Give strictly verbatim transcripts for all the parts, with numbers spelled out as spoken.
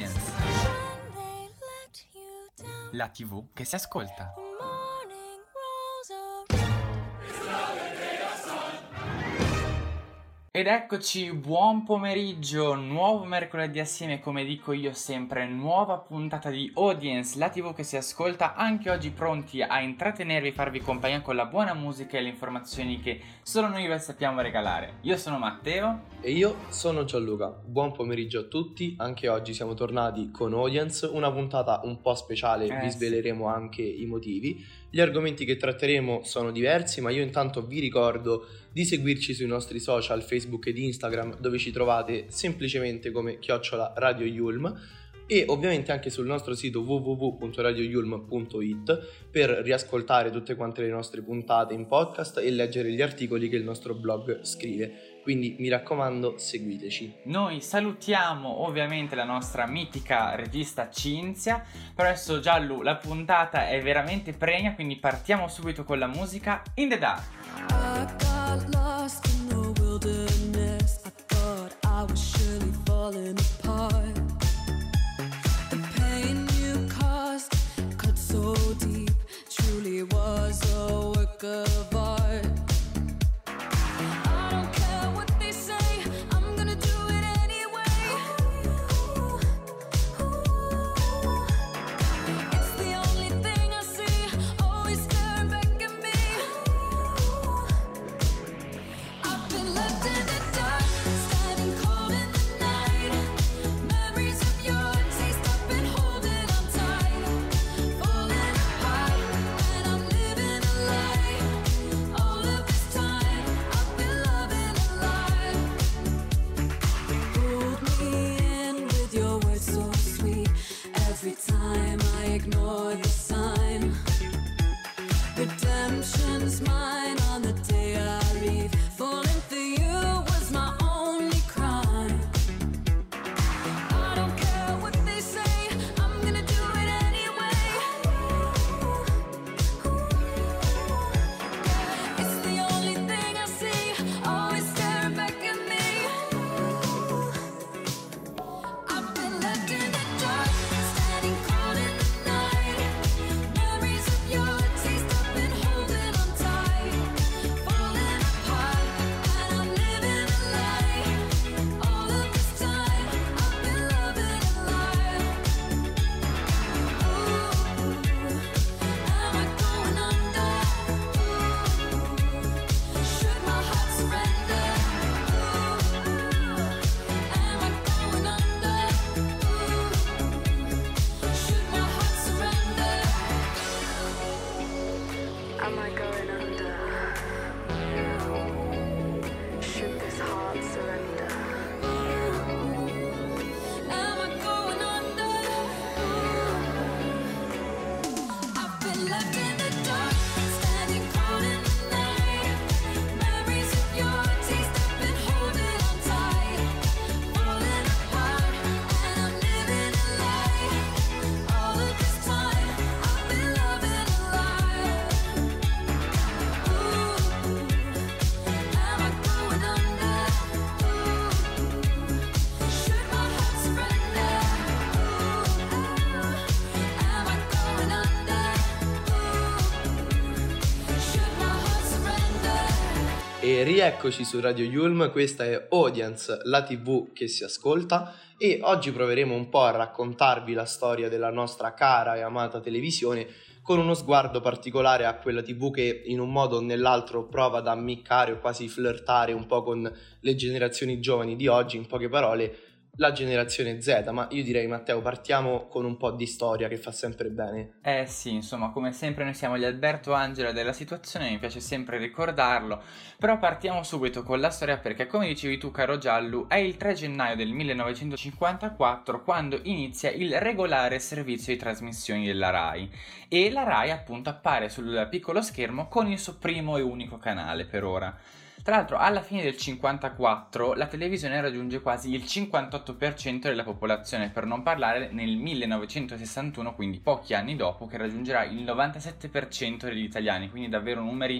La tivù che si ascolta. Ed eccoci, buon pomeriggio, nuovo mercoledì assieme, come dico io sempre, nuova puntata di Audience, la tivù che si ascolta, anche oggi pronti a intrattenervi e farvi compagnia con la buona musica e le informazioni che solo noi vi sappiamo regalare. Io sono Matteo. E io sono Gianluca, buon pomeriggio a tutti, anche oggi siamo tornati con Audience, una puntata un po' speciale, eh, vi sveleremo sì. anche i motivi. Gli argomenti che tratteremo sono diversi, ma io intanto vi ricordo di seguirci sui nostri social Facebook ed Instagram, dove ci trovate semplicemente come chiocciola Radio Yulm, e ovviamente anche sul nostro sito w w w punto radio yulm punto i t per riascoltare tutte quante le nostre puntate in podcast e leggere gli articoli che il nostro blog scrive. Quindi mi raccomando, seguiteci. Noi salutiamo ovviamente la nostra mitica regista Cinzia, però adesso Giallu, la puntata è veramente pregna, quindi partiamo subito con la musica In The Dark. I got lost in the wilderness. I thought I was surely falling apart. The pain you caused cut so deep, truly was a work of art. E rieccoci su Radio Yulm, questa è Audience, la tivù che si ascolta, e oggi proveremo un po' a raccontarvi la storia della nostra cara e amata televisione con uno sguardo particolare a quella tivù che in un modo o nell'altro prova ad ammiccare o quasi flirtare un po' con le generazioni giovani di oggi, in poche parole la generazione Z. Ma io direi, Matteo, partiamo con un po' di storia che fa sempre bene. Eh sì, insomma, come sempre noi siamo gli Alberto Angela della situazione, mi piace sempre ricordarlo, però partiamo subito con la storia perché, come dicevi tu, caro Giallu, è il tre gennaio del millenovecentocinquantaquattro quando inizia il regolare servizio di trasmissioni della Rai, e la Rai appunto appare sul piccolo schermo con il suo primo e unico canale per ora. Tra l'altro, alla fine del cinquantaquattro la televisione raggiunge quasi il cinquantotto per cento della popolazione, per non parlare nel millenovecentosessantuno, quindi pochi anni dopo, che raggiungerà il novantasette per cento degli italiani, quindi davvero numeri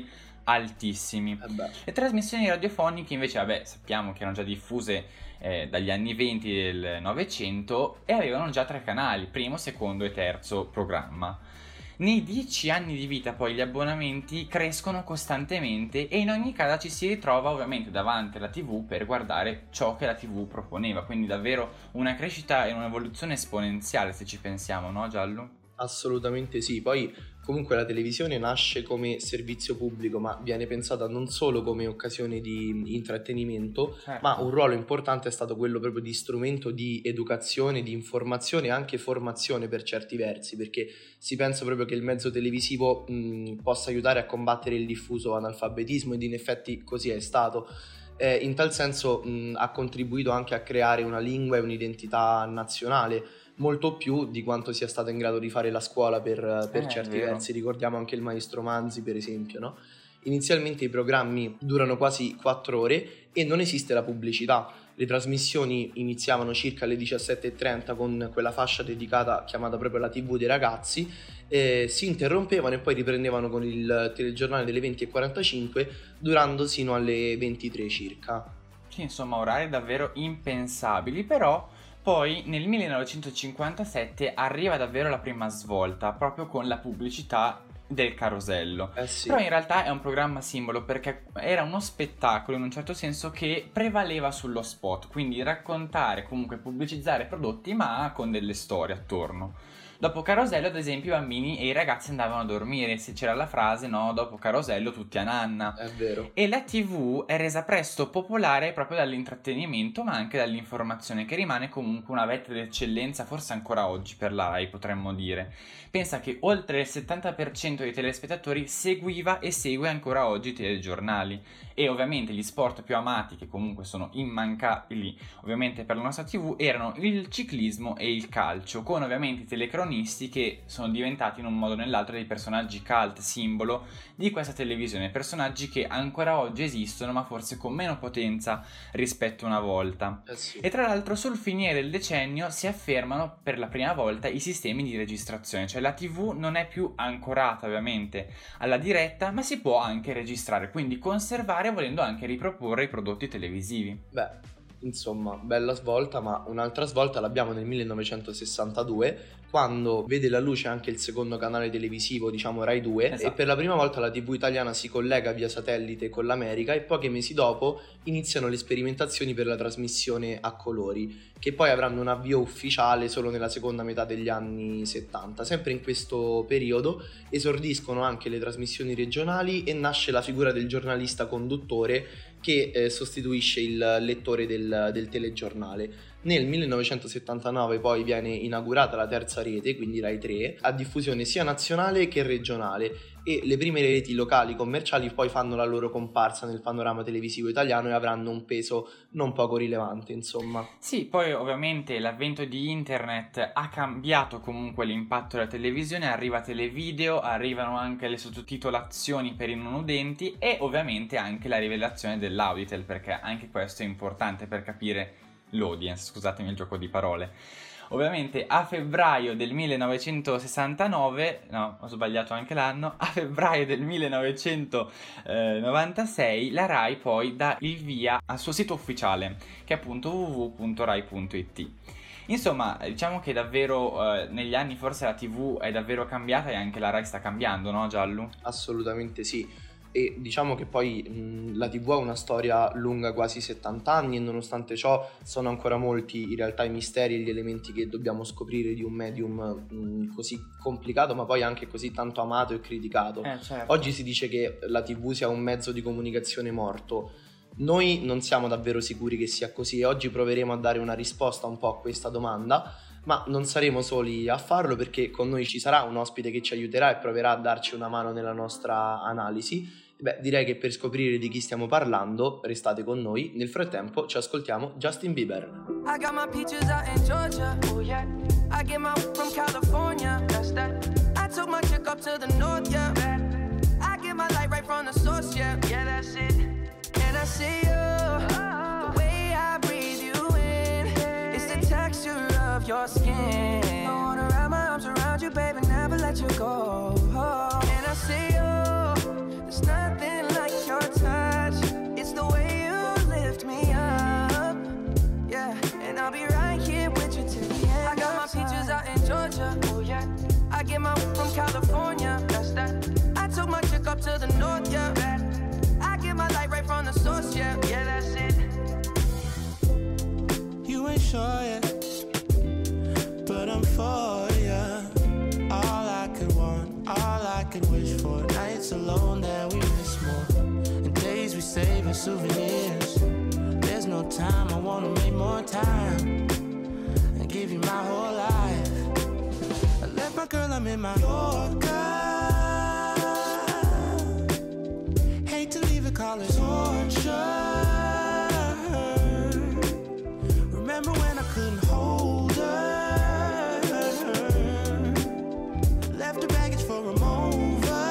altissimi. Eh beh. Le trasmissioni radiofoniche invece, vabbè, sappiamo che erano già diffuse eh, dagli anni venti del Novecento e avevano già tre canali, primo, secondo e terzo programma. Nei dieci anni di vita poi gli abbonamenti crescono costantemente e in ogni casa ci si ritrova ovviamente davanti alla tivù per guardare ciò che la tivù proponeva, quindi davvero una crescita e un'evoluzione esponenziale se ci pensiamo, no Giallo? Assolutamente sì, poi comunque la televisione nasce come servizio pubblico, ma viene pensata non solo come occasione di intrattenimento, Certo. ma un ruolo importante è stato quello proprio di strumento di educazione, di informazione e anche formazione per certi versi, perché si pensa proprio che il mezzo televisivo mh, possa aiutare a combattere il diffuso analfabetismo ed in effetti così è stato. Eh, in tal senso mh, ha contribuito anche a creare una lingua e un'identità nazionale, molto più di quanto sia stata in grado di fare la scuola per, per Eh, certi è vero. versi. Ricordiamo anche il maestro Manzi, per esempio, no? Inizialmente i programmi durano quasi quattro ore e non esiste la pubblicità. Le trasmissioni iniziavano circa alle diciassette e trenta con quella fascia dedicata chiamata proprio la tivù dei ragazzi, eh, si interrompevano e poi riprendevano con il telegiornale delle venti e quarantacinque durando sino alle ventitré circa. Sì, insomma, orari davvero impensabili, però poi nel millenovecentocinquantasette arriva davvero la prima svolta, proprio con la pubblicità del carosello. Eh sì. Però in realtà è un programma simbolo perché era uno spettacolo in un certo senso che prevaleva sullo spot, quindi raccontare, comunque pubblicizzare prodotti ma con delle storie attorno. Dopo Carosello, ad esempio, i bambini e i ragazzi andavano a dormire, se c'era la frase, no, dopo Carosello tutti a nanna. È vero. E la tivù è resa presto popolare proprio dall'intrattenimento, ma anche dall'informazione, che rimane comunque una vetta d'eccellenza, forse ancora oggi per la Rai, potremmo dire. Pensa che oltre il settanta per cento dei telespettatori seguiva e segue ancora oggi i telegiornali. E ovviamente gli sport più amati, che comunque sono immancabili ovviamente per la nostra tivù, erano il ciclismo e il calcio, con ovviamente i telecronisti che sono diventati in un modo o nell'altro dei personaggi cult, simbolo di questa televisione, personaggi che ancora oggi esistono ma forse con meno potenza rispetto a una volta. Eh sì. E tra l'altro sul finire del decennio si affermano per la prima volta i sistemi di registrazione, cioè la tivù non è più ancorata ovviamente alla diretta ma si può anche registrare, quindi conservare volendo anche riproporre i prodotti televisivi. Beh, insomma, bella svolta, ma un'altra svolta l'abbiamo nel millenovecentosessantadue, quando vede la luce anche il secondo canale televisivo, diciamo Rai due, Esatto. e per la prima volta la tivù italiana si collega via satellite con l'America e pochi mesi dopo iniziano le sperimentazioni per la trasmissione a colori, che poi avranno un avvio ufficiale solo nella seconda metà degli anni settanta. Sempre in questo periodo esordiscono anche le trasmissioni regionali e nasce la figura del giornalista conduttore che eh, sostituisce il lettore del, del telegiornale. Nel millenovecentosettantanove poi viene inaugurata la terza rete, quindi Rai tre, a diffusione sia nazionale che regionale, e le prime reti locali commerciali poi fanno la loro comparsa nel panorama televisivo italiano e avranno un peso non poco rilevante, insomma. Sì, poi ovviamente l'avvento di internet ha cambiato comunque l'impatto della televisione, arriva televideo, arrivano anche le sottotitolazioni per i non udenti e ovviamente anche la rivelazione dell'Auditel, perché anche questo è importante per capire l'audience, scusatemi il gioco di parole. Ovviamente a febbraio del millenovecentosessantanove, no, ho sbagliato anche l'anno, a febbraio del millenovecentonovantasei la Rai poi dà il via al suo sito ufficiale, che è appunto w w w punto rai punto i t. Insomma, diciamo che davvero eh, negli anni forse la tivù è davvero cambiata e anche la Rai sta cambiando, no Giallo? Assolutamente sì. E diciamo che poi mh, la tivù ha una storia lunga quasi settanta anni e nonostante ciò sono ancora molti in realtà i misteri e gli elementi che dobbiamo scoprire di un medium mh, così complicato ma poi anche così tanto amato e criticato. Eh, certo. Oggi si dice che la tivù sia un mezzo di comunicazione morto. Noi non siamo davvero sicuri che sia così e oggi proveremo a dare una risposta un po' a questa domanda, ma non saremo soli a farlo perché con noi ci sarà un ospite che ci aiuterà e proverà a darci una mano nella nostra analisi. Beh, direi che per scoprire di chi stiamo parlando restate con noi. Nel frattempo ci ascoltiamo Justin Bieber. I got my peaches out in Georgia. Oh yeah. I get my from California. That's that. I took my chick up to the north, yeah. I get my light right from the source, yeah. Yeah, that's it. And I see you, the way I breathe you in. It's the texture of your skin. I wanna wrap my arms around you, baby, never let you go. And I see you, there's nothing like get my from California, that's that. I took my chick up to the north, yeah. I get my light right from the source, yeah. Yeah, that's it. You ain't sure yet, but I'm for ya. All I could want, all I could wish for. Nights alone that we miss more, and days we save as souvenirs. There's no time, I wanna make more time and give you my whole life. I left my girl, I'm in my Yorker. Hate to leave it, call it torture. Remember when I couldn't hold her? Left her baggage for a mover.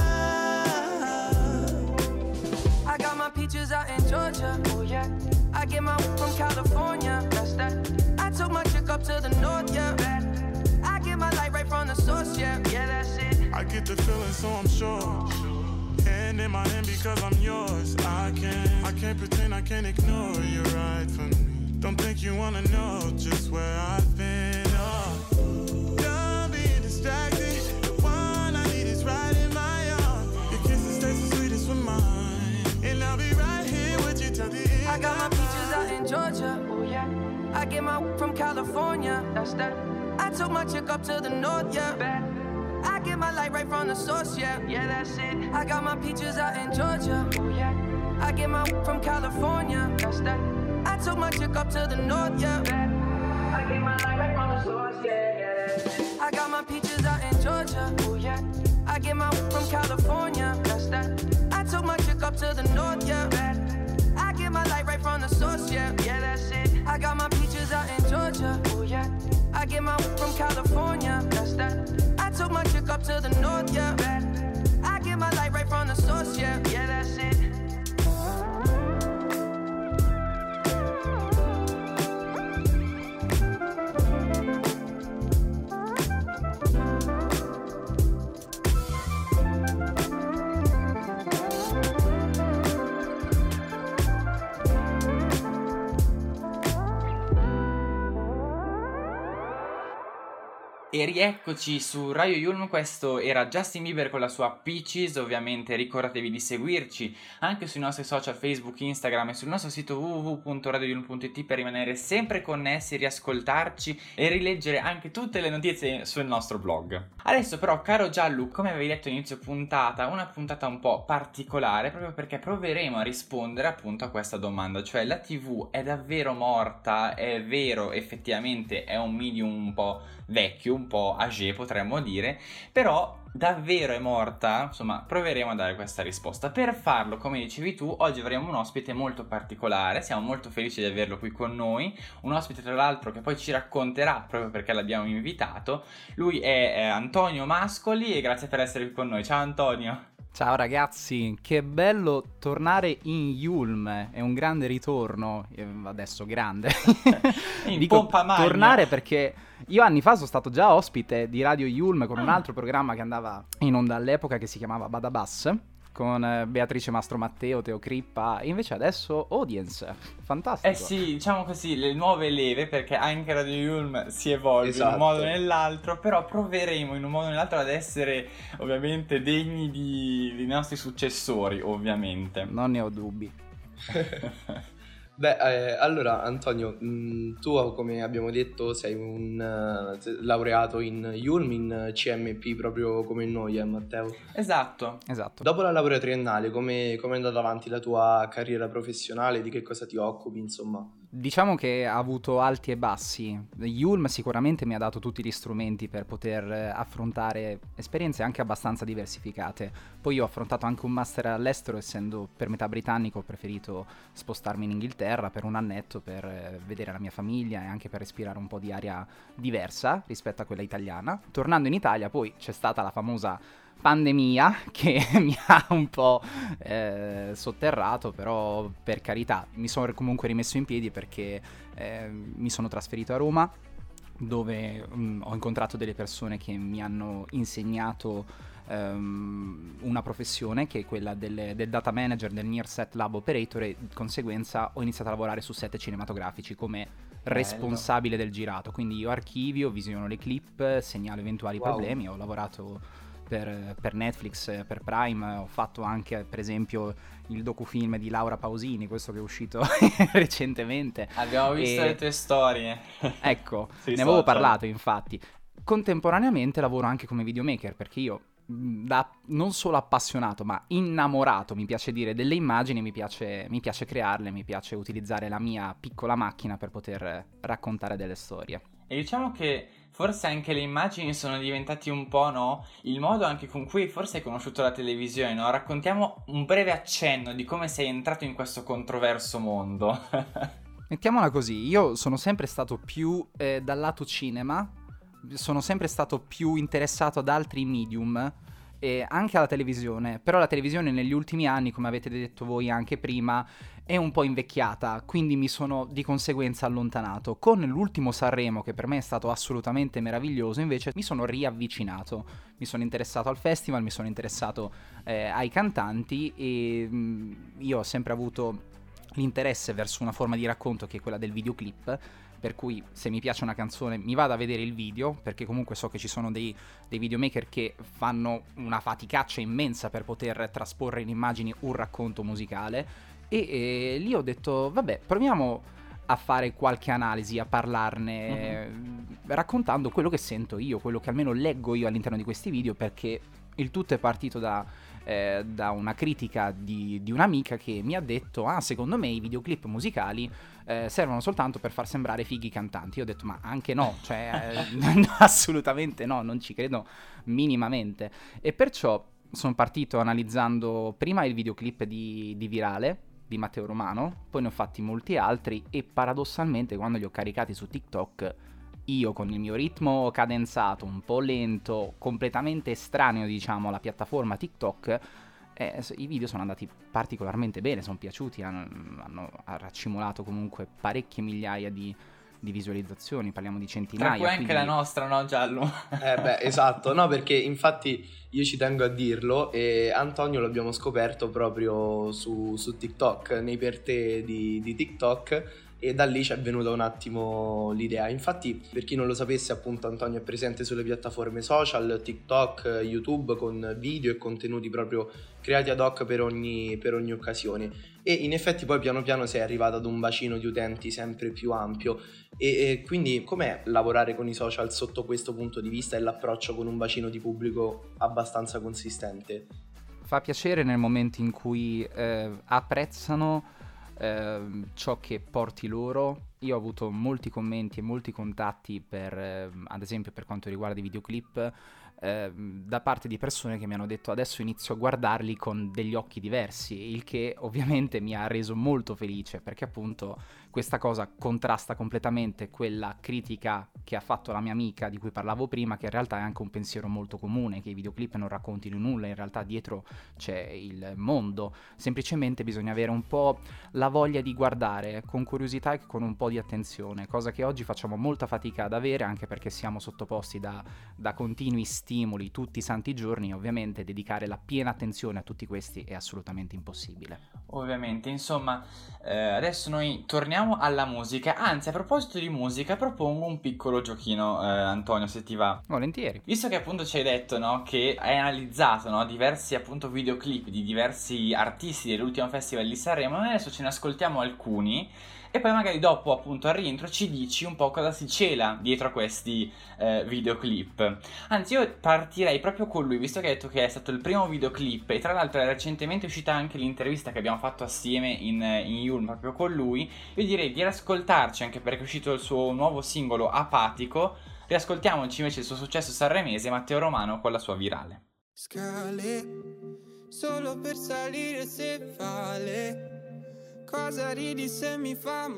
I got my peaches out in Georgia, oh yeah. I get my from California, that's that. I took my chick up to the north, yeah. I get my light right from the source, yeah. Yeah, that's it. I get the feeling, so I'm sure. Hand in my hand because I'm yours. I can't, I can't pretend, I can't ignore you right from me. Don't think you wanna know just where I've been. Oh, done being distracted. The one I need is right in my arms. Your kisses taste the sweetest with mine, and I'll be right here with you till the end. I got my peaches out in Georgia, oh yeah. I get my from California, that's that. I took my chick up to the north, yeah. I get my light right from the source, yeah. Yeah, that's it. I got my peaches out in Georgia, oh yeah. I get my from California, that's that. I took my chick up to the north, yeah. I get my light right from the source, yeah, yeah, that's it. I got my peaches out in Georgia, oh yeah. I get my from California, that's that. I took my chick up to the north, yeah. I get my light right from the source, yeah. Yeah, that's it. I got my peaches out in Georgia, oh yeah. I get my from California, that's that. I took my chick up to the north, yeah. I get my light right from the source, yeah. Yeah, that's it. E rieccoci su Radio Yulm, questo era Justin Bieber con la sua Peaches. Ovviamente ricordatevi di seguirci anche sui nostri social Facebook, Instagram e sul nostro sito w w w punto radio yulm punto i t per rimanere sempre connessi, riascoltarci e rileggere anche tutte le notizie sul nostro blog. Adesso però, caro Gianlu, come avevi detto inizio puntata, una puntata un po' particolare proprio perché proveremo a rispondere appunto a questa domanda, cioè la tivù è davvero morta? È vero, effettivamente è un medium un po' vecchio, un po' âgé potremmo dire, però davvero è morta? Insomma, proveremo a dare questa risposta. Per farlo, come dicevi tu, oggi avremo un ospite molto particolare, siamo molto felici di averlo qui con noi, un ospite tra l'altro che poi ci racconterà proprio perché l'abbiamo invitato. Lui è, è Antonio Mascoli e grazie per essere qui con noi. Ciao Antonio. Ciao ragazzi, che bello tornare in Yulm, è un grande ritorno, adesso grande, in dico pompa magna. Tornare perché io anni fa sono stato già ospite di Radio Yulm con un altro programma che andava in onda all'epoca che si chiamava Badabas, con Beatrice Mastro Matteo, Teo Crippa, e invece adesso Audience, fantastico. Eh sì, diciamo così, le nuove leve, perché anche Radio Yulm si evolve Esatto. in un modo o nell'altro, però proveremo in un modo o nell'altro ad essere ovviamente degni di, dei nostri successori, ovviamente. Non ne ho dubbi. Beh, eh, allora Antonio, mh, tu come abbiamo detto sei un uh, sei laureato in Yulm, in C M P proprio come noi, eh Matteo? Esatto. Esatto. Dopo la laurea triennale, come come è andata avanti la tua carriera professionale? Di che cosa ti occupi, insomma? Diciamo che ha avuto alti e bassi. Yulm sicuramente mi ha dato tutti gli strumenti per poter affrontare esperienze anche abbastanza diversificate. Poi io ho affrontato anche un master all'estero, essendo per metà britannico ho preferito spostarmi in Inghilterra per un annetto per vedere la mia famiglia e anche per respirare un po' di aria diversa rispetto a quella italiana. Tornando in Italia poi c'è stata la famosa pandemia che mi ha un po' eh, sotterrato, però per carità mi sono comunque rimesso in piedi perché eh, mi sono trasferito a Roma, dove mh, ho incontrato delle persone che mi hanno insegnato um, una professione che è quella del, del data manager, del Near Set Lab Operator, e di conseguenza ho iniziato a lavorare su set cinematografici come responsabile del girato, quindi io archivio, visiono le clip, segnalo eventuali Wow. problemi. Ho lavorato per, per Netflix, per Prime, ho fatto anche per esempio il docufilm di Laura Pausini, questo che è uscito recentemente. Abbiamo visto E- le tue storie. Ecco, Sui ne avevo social. parlato infatti. Contemporaneamente lavoro anche come videomaker, perché io mh, da non solo appassionato ma innamorato, mi piace dire, delle immagini, mi piace, mi piace crearle, mi piace utilizzare la mia piccola macchina per poter eh, raccontare delle storie. E diciamo che forse anche le immagini sono diventati un po', no? Il modo anche con cui forse hai conosciuto la televisione, no? Raccontiamo un breve accenno di come sei entrato in questo controverso mondo. Mettiamola così, io sono sempre stato più eh, dal lato cinema, sono sempre stato più interessato ad altri medium e anche alla televisione, però la televisione negli ultimi anni, come avete detto voi anche prima, è un po' invecchiata, quindi mi sono di conseguenza allontanato. Con l'ultimo Sanremo, che per me è stato assolutamente meraviglioso, invece mi sono riavvicinato, mi sono interessato al festival, mi sono interessato eh, ai cantanti e mh, io ho sempre avuto l'interesse verso una forma di racconto che è quella del videoclip, per cui se mi piace una canzone mi vado a vedere il video, perché comunque so che ci sono dei, dei videomaker che fanno una faticaccia immensa per poter trasporre in immagini un racconto musicale e, e lì ho detto vabbè, proviamo a fare qualche analisi, a parlarne, uh-huh. raccontando quello che sento io, quello che almeno leggo io all'interno di questi video, perché il tutto è partito da Eh, da una critica di, di un'amica che mi ha detto ah, secondo me i videoclip musicali eh, servono soltanto per far sembrare fighi i cantanti. Io ho detto ma anche no, cioè eh, assolutamente no, non ci credo minimamente, e perciò sono partito analizzando prima il videoclip di, di Virale di Matteo Romano, poi ne ho fatti molti altri e paradossalmente quando li ho caricati su TikTok, io con il mio ritmo cadenzato, un po' lento, completamente estraneo diciamo alla piattaforma TikTok, eh, i video sono andati particolarmente bene, sono piaciuti, hanno, hanno raccimolato comunque parecchie migliaia di, di visualizzazioni, parliamo di centinaia. Tra cui anche quindi... la nostra, no Giallo? Eh beh, esatto, no, perché infatti io ci tengo a dirlo e Antonio l'abbiamo scoperto proprio su, su TikTok, nei per te di, di TikTok, e da lì ci è venuta un attimo l'idea. Infatti, per chi non lo sapesse, appunto Antonio è presente sulle piattaforme social, TikTok, YouTube, con video e contenuti proprio creati ad hoc per ogni, per ogni occasione, e in effetti poi piano piano si è arrivato ad un bacino di utenti sempre più ampio. E, e quindi com'è lavorare con i social sotto questo punto di vista e l'approccio con un bacino di pubblico abbastanza consistente? Fa piacere nel momento in cui eh, apprezzano eh, ciò che porti loro. Io ho avuto molti commenti e molti contatti per, eh, ad esempio per quanto riguarda i videoclip, eh, da parte di persone che mi hanno detto adesso inizio a guardarli con degli occhi diversi, il che ovviamente mi ha reso molto felice, perché appunto questa cosa contrasta completamente quella critica che ha fatto la mia amica di cui parlavo prima, che in realtà è anche un pensiero molto comune, che i videoclip non raccontino nulla, in realtà dietro c'è il mondo, semplicemente bisogna avere un po' la voglia di guardare con curiosità e con un po' di attenzione, cosa che oggi facciamo molta fatica ad avere, anche perché siamo sottoposti da, da continui stimoli tutti i santi giorni, e ovviamente dedicare la piena attenzione a tutti questi è assolutamente impossibile. Ovviamente, insomma, eh, adesso noi torniamo alla musica, anzi a proposito di musica propongo un piccolo giochino, eh, Antonio, se ti va. Volentieri. Visto che appunto ci hai detto, no, che hai analizzato, no, diversi appunto videoclip di diversi artisti dell'ultimo festival di Sanremo, noi adesso ce ne ascoltiamo alcuni e poi magari dopo appunto al rientro ci dici un po' cosa si cela dietro a questi eh, videoclip. Anzi, io partirei proprio con lui, visto che hai detto che è stato il primo videoclip e tra l'altro è recentemente uscita anche l'intervista che abbiamo fatto assieme in, in Yulm proprio con lui. Io direi di riascoltarci, anche perché è uscito il suo nuovo singolo Apatico. Riascoltiamoci invece il suo successo sanremese, Matteo Romano con la sua Virale. Scale solo per salire se vale. Cosa ridi se mi fa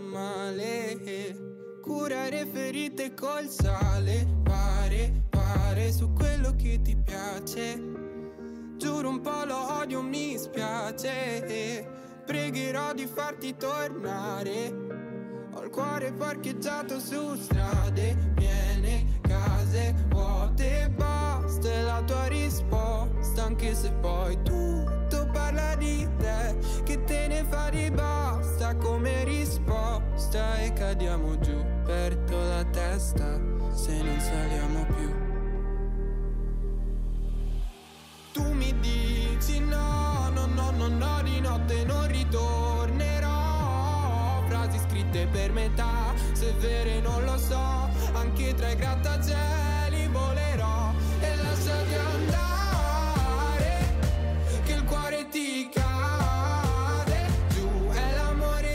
male? Curare ferite col sale. Pare, pare su quello che ti piace. Giuro un po' lo odio, mi spiace. Pregherò di farti tornare. Ho il cuore parcheggiato su strade piene, case vuote, basta è la tua risposta. Anche se poi tutto parla di te, che te ne fa di basta come risposta e cadiamo giù. notte non ritornerò. Frasi scritte per metà, se vere non lo so. Anche tra i grattacieli volerò. E lasciati andare, che il cuore ti cade giù e l'amore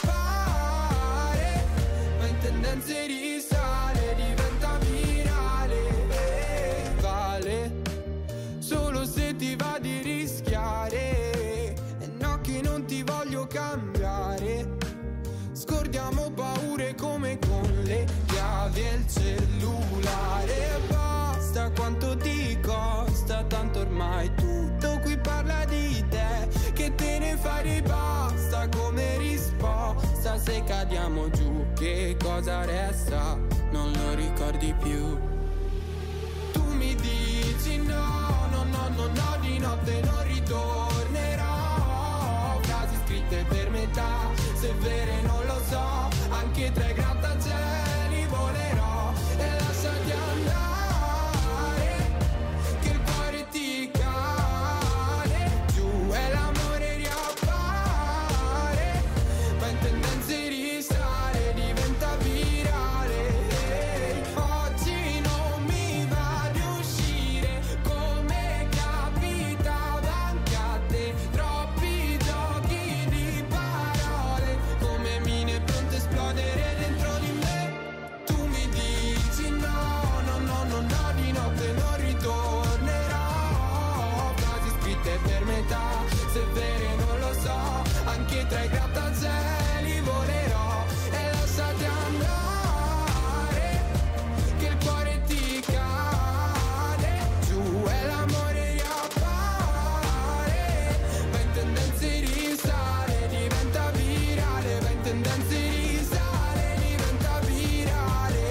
riappare, ma in tendenze risale, diventa virale. E vale solo se ti va di rischiare. E no che non ti voglio cambiare. Scordiamo paure come con le chiavi e il cellulare. Basta, quanto ti costa, tanto ormai tutto qui parla di te. Che te ne fai di basta come risposta. Se cadiamo giù che cosa resta? Non lo ricordi più. Tu mi dici no, no, no, no, no, di notte non ritornerò. Frasi scritte per metà, se vere non lo so. Anche tra i grattacieli volerò. E lasciati andare, che il cuore ti cade giù e l'amore riappare, ma in tendenze risale, diventa virale. Oggi non mi va di uscire come capitava anche a te. Troppi giochi di parole come mine pronte a esplodere dentro di me. Tu mi dici no, no, no, no, no, di notte non ritornerò. Frasi scritte per metà, se vere non lo so. Anche tra i grattacieli volerò. E lasciati andare, che il cuore ti cade giù e l'amore riappare, va in tendenze risale, diventa virale. Va in tendenze risale, diventa virale.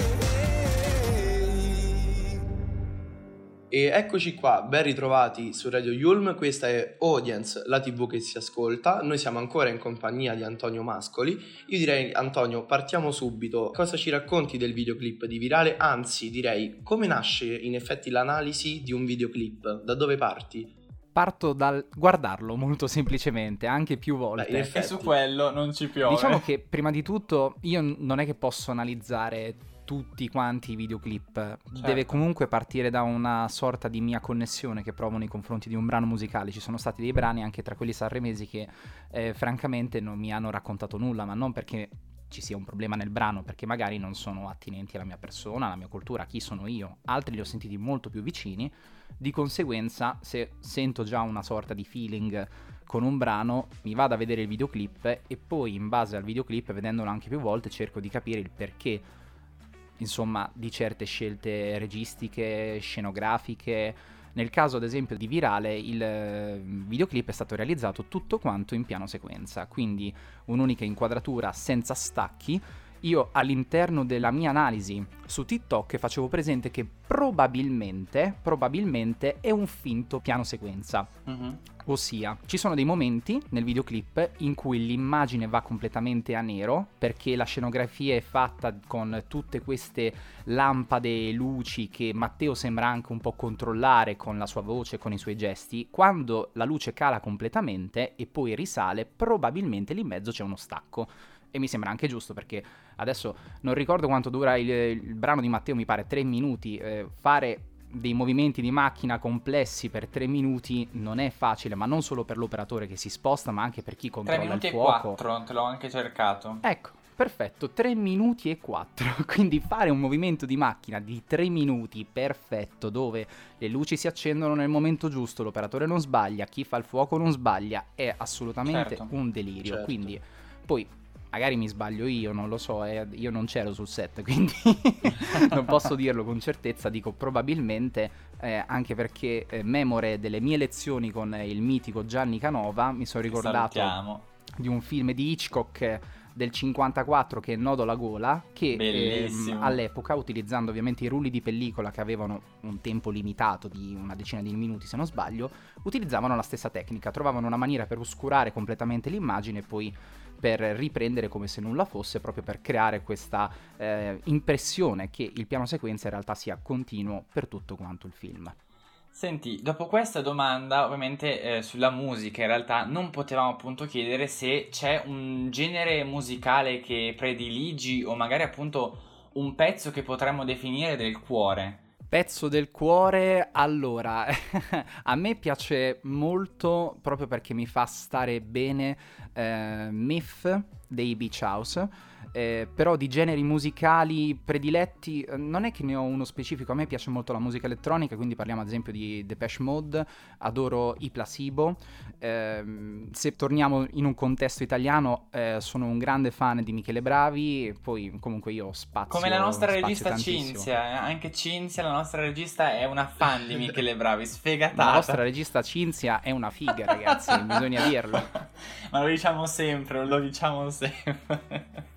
E eccoci qua, ben ritrovati su Radio Yulm, questa è Audience, la tivù che si ascolta. Noi siamo ancora in compagnia di Antonio Mascoli. Io direi, Antonio, partiamo subito. Cosa ci racconti del videoclip di Virale? Anzi, direi, come nasce in effetti l'analisi di un videoclip? Da dove parti? Parto dal guardarlo molto semplicemente, anche più volte. Beh, in E effetti. su quello non ci piove. Diciamo che prima di tutto io n- non è che posso analizzare tutti quanti i videoclip, deve comunque partire da una sorta di mia connessione che provo nei confronti di un brano musicale. Ci sono stati dei brani anche tra quelli sanremesi che eh, francamente non mi hanno raccontato nulla, ma non perché ci sia un problema nel brano, perché magari non sono attinenti alla mia persona, alla mia cultura, a chi sono io. Altri li ho sentiti molto più vicini, di conseguenza se sento già una sorta di feeling con un brano mi vado a vedere il videoclip e poi in base al videoclip, vedendolo anche più volte, cerco di capire il perché, insomma, di certe scelte registiche, scenografiche. Nel caso ad esempio di Virale, il eh, videoclip è stato realizzato tutto quanto in piano sequenza, quindi un'unica inquadratura senza stacchi. Io all'interno della mia analisi su TikTok facevo presente che probabilmente, probabilmente è un finto piano sequenza. Mm-hmm. Ossia, ci sono dei momenti nel videoclip in cui l'immagine va completamente a nero perché la scenografia è fatta con tutte queste lampade e luci che Matteo sembra anche un po' controllare con la sua voce, con i suoi gesti. Quando la luce cala completamente e poi risale, probabilmente lì in mezzo c'è uno stacco. E mi sembra anche giusto, perché adesso non ricordo quanto dura il, il brano di Matteo, mi pare tre minuti. Eh, fare dei movimenti di macchina complessi per tre minuti non è facile, ma non solo per l'operatore che si sposta, ma anche per chi controlla tre minuti il e fuoco. quattro, te l'ho anche cercato. Ecco, perfetto, tre minuti e quattro. Quindi fare un movimento di macchina di tre minuti perfetto, dove le luci si accendono nel momento giusto, l'operatore non sbaglia, chi fa il fuoco non sbaglia, è assolutamente Certo. un delirio. Certo. Quindi poi magari mi sbaglio io, non lo so, eh, io non c'ero sul set, quindi non posso dirlo con certezza. Dico probabilmente, eh, anche perché eh, memore delle mie lezioni con eh, il mitico Gianni Canova, mi sono ricordato Salutiamo. di un film di Hitchcock eh, del cinquantaquattro che è Nodo alla gola, che Bellissimo. ehm, all'epoca, utilizzando ovviamente i rulli di pellicola che avevano un tempo limitato di una decina di minuti se non sbaglio, utilizzavano la stessa tecnica, trovavano una maniera per oscurare completamente l'immagine e poi per riprendere come se nulla fosse, proprio per creare questa eh, impressione che il piano sequenza in realtà sia continuo per tutto quanto il film. Senti, dopo questa domanda, ovviamente eh, sulla musica, in realtà non potevamo appunto chiedere se c'è un genere musicale che prediligi o magari appunto un pezzo che potremmo definire del cuore. Pezzo del cuore, allora, a me piace molto, proprio perché mi fa stare bene, eh, Myth dei Beach House. Eh, però di generi musicali prediletti eh, non è che ne ho uno specifico. A me piace molto la musica elettronica, quindi parliamo ad esempio di Depeche Mode, adoro i Placebo. Eh, se torniamo in un contesto italiano, eh, sono un grande fan di Michele Bravi, poi comunque io spazio Come la nostra spazio regista tantissimo. Cinzia, eh, anche Cinzia, la nostra regista, è una fan di Michele Bravi, sfegatata. La nostra regista Cinzia è una figa, ragazzi, bisogna dirlo. Ma lo diciamo sempre, lo diciamo sempre.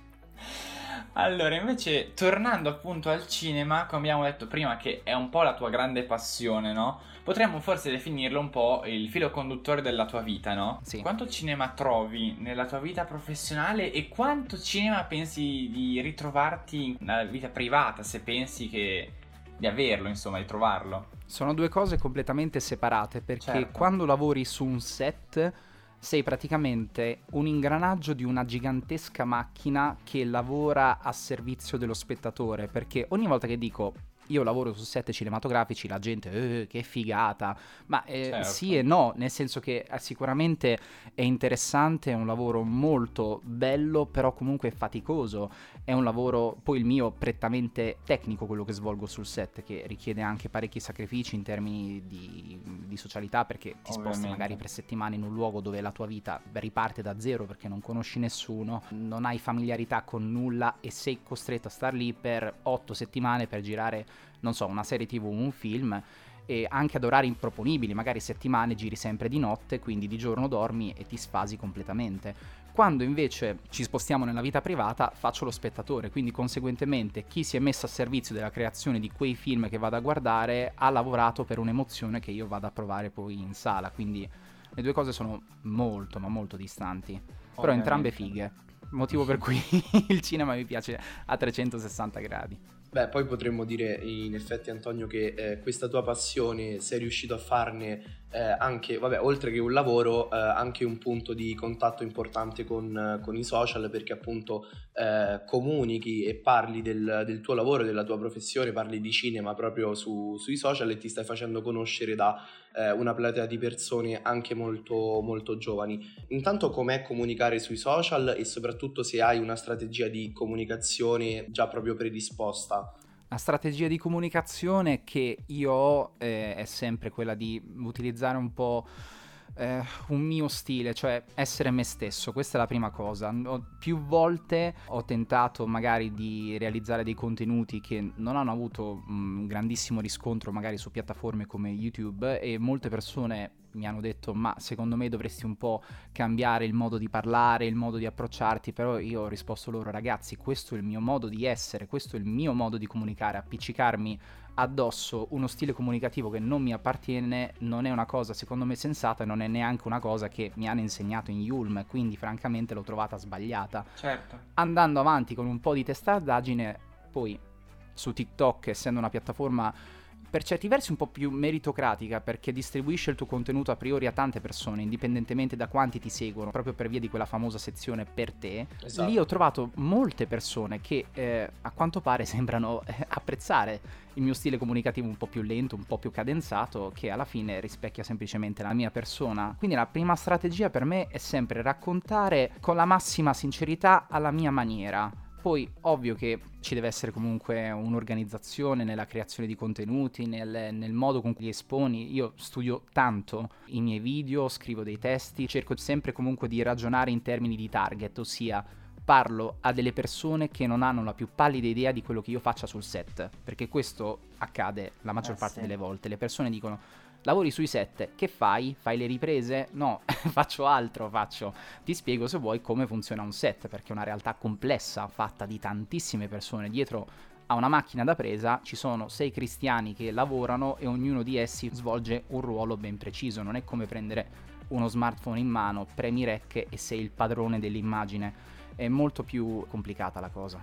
Allora, invece, tornando appunto al cinema, come abbiamo detto prima che è un po' la tua grande passione, no? Potremmo forse definirlo un po' il filo conduttore della tua vita, no? Sì. Quanto cinema trovi nella tua vita professionale e quanto cinema pensi di ritrovarti nella vita privata, se pensi che di averlo, insomma, di trovarlo? Sono due cose completamente separate, perché Certo. quando lavori su un set sei praticamente un ingranaggio di una gigantesca macchina che lavora a servizio dello spettatore, perché ogni volta che dico io lavoro su set cinematografici la gente eh, che figata, ma eh, Certo. sì e no, nel senso che eh, sicuramente è interessante, è un lavoro molto bello, però comunque faticoso, è un lavoro poi il mio prettamente tecnico, quello che svolgo sul set, che richiede anche parecchi sacrifici in termini di, di socialità, perché ti sposti Ovviamente. magari per settimane in un luogo dove la tua vita riparte da zero perché non conosci nessuno, non hai familiarità con nulla e sei costretto a star lì per otto settimane per girare, non so, una serie tv o un film, e anche ad orari improponibili, magari settimane giri sempre di notte, quindi di giorno dormi e ti sfasi completamente. Quando invece ci spostiamo nella vita privata faccio lo spettatore, quindi conseguentemente chi si è messo a servizio della creazione di quei film che vado a guardare ha lavorato per un'emozione che io vado a provare poi in sala, quindi le due cose sono molto ma molto distanti, però Ovviamente. entrambe fighe, motivo per cui il cinema mi piace a trecentosessanta gradi. Beh, poi potremmo dire in effetti, Antonio, che eh, questa tua passione sei riuscito a farne eh, anche, vabbè, oltre che un lavoro, eh, anche un punto di contatto importante con, con i social, perché appunto eh, comunichi e parli del, del tuo lavoro, della tua professione, parli di cinema proprio su, sui social e ti stai facendo conoscere da eh, una platea di persone anche molto, molto giovani. Intanto, com'è comunicare sui social e soprattutto se hai una strategia di comunicazione già proprio predisposta? La strategia di comunicazione che io ho eh, è sempre quella di utilizzare un po' eh, un mio stile, cioè essere me stesso, questa è la prima cosa. Ho, più volte ho tentato magari di realizzare dei contenuti che non hanno avuto un grandissimo riscontro magari su piattaforme come YouTube, e molte persone mi hanno detto ma secondo me dovresti un po' cambiare il modo di parlare, il modo di approcciarti, però io ho risposto loro: ragazzi, questo è il mio modo di essere, questo è il mio modo di comunicare, appiccicarmi addosso uno stile comunicativo che non mi appartiene non è una cosa secondo me sensata, e non è neanche una cosa che mi hanno insegnato in Yulm, quindi francamente l'ho trovata sbagliata. Certo. Andando avanti con un po' di testardaggine, poi su TikTok, essendo una piattaforma per certi versi un po' più meritocratica, perché distribuisce il tuo contenuto a priori a tante persone, indipendentemente da quanti ti seguono, proprio per via di quella famosa sezione per te. Esatto. Lì ho trovato molte persone che eh, a quanto pare sembrano eh, apprezzare il mio stile comunicativo un po' più lento, un po' più cadenzato, che alla fine rispecchia semplicemente la mia persona. Quindi la prima strategia per me è sempre raccontare con la massima sincerità alla mia maniera. Poi ovvio che ci deve essere comunque un'organizzazione nella creazione di contenuti, nel, nel modo con cui li esponi. Io studio tanto i miei video, scrivo dei testi, cerco sempre comunque di ragionare in termini di target, ossia parlo a delle persone che non hanno la più pallida idea di quello che io faccia sul set, perché questo accade la maggior Eh, parte sì. delle volte. Le persone dicono: lavori sui set, che fai? Fai le riprese? No, faccio altro, faccio. Ti spiego se vuoi come funziona un set, perché è una realtà complessa, fatta di tantissime persone. Dietro a una macchina da presa ci sono sei cristiani che lavorano e ognuno di essi svolge un ruolo ben preciso. Non è come prendere uno smartphone in mano, premi rec e sei il padrone dell'immagine. È molto più complicata la cosa.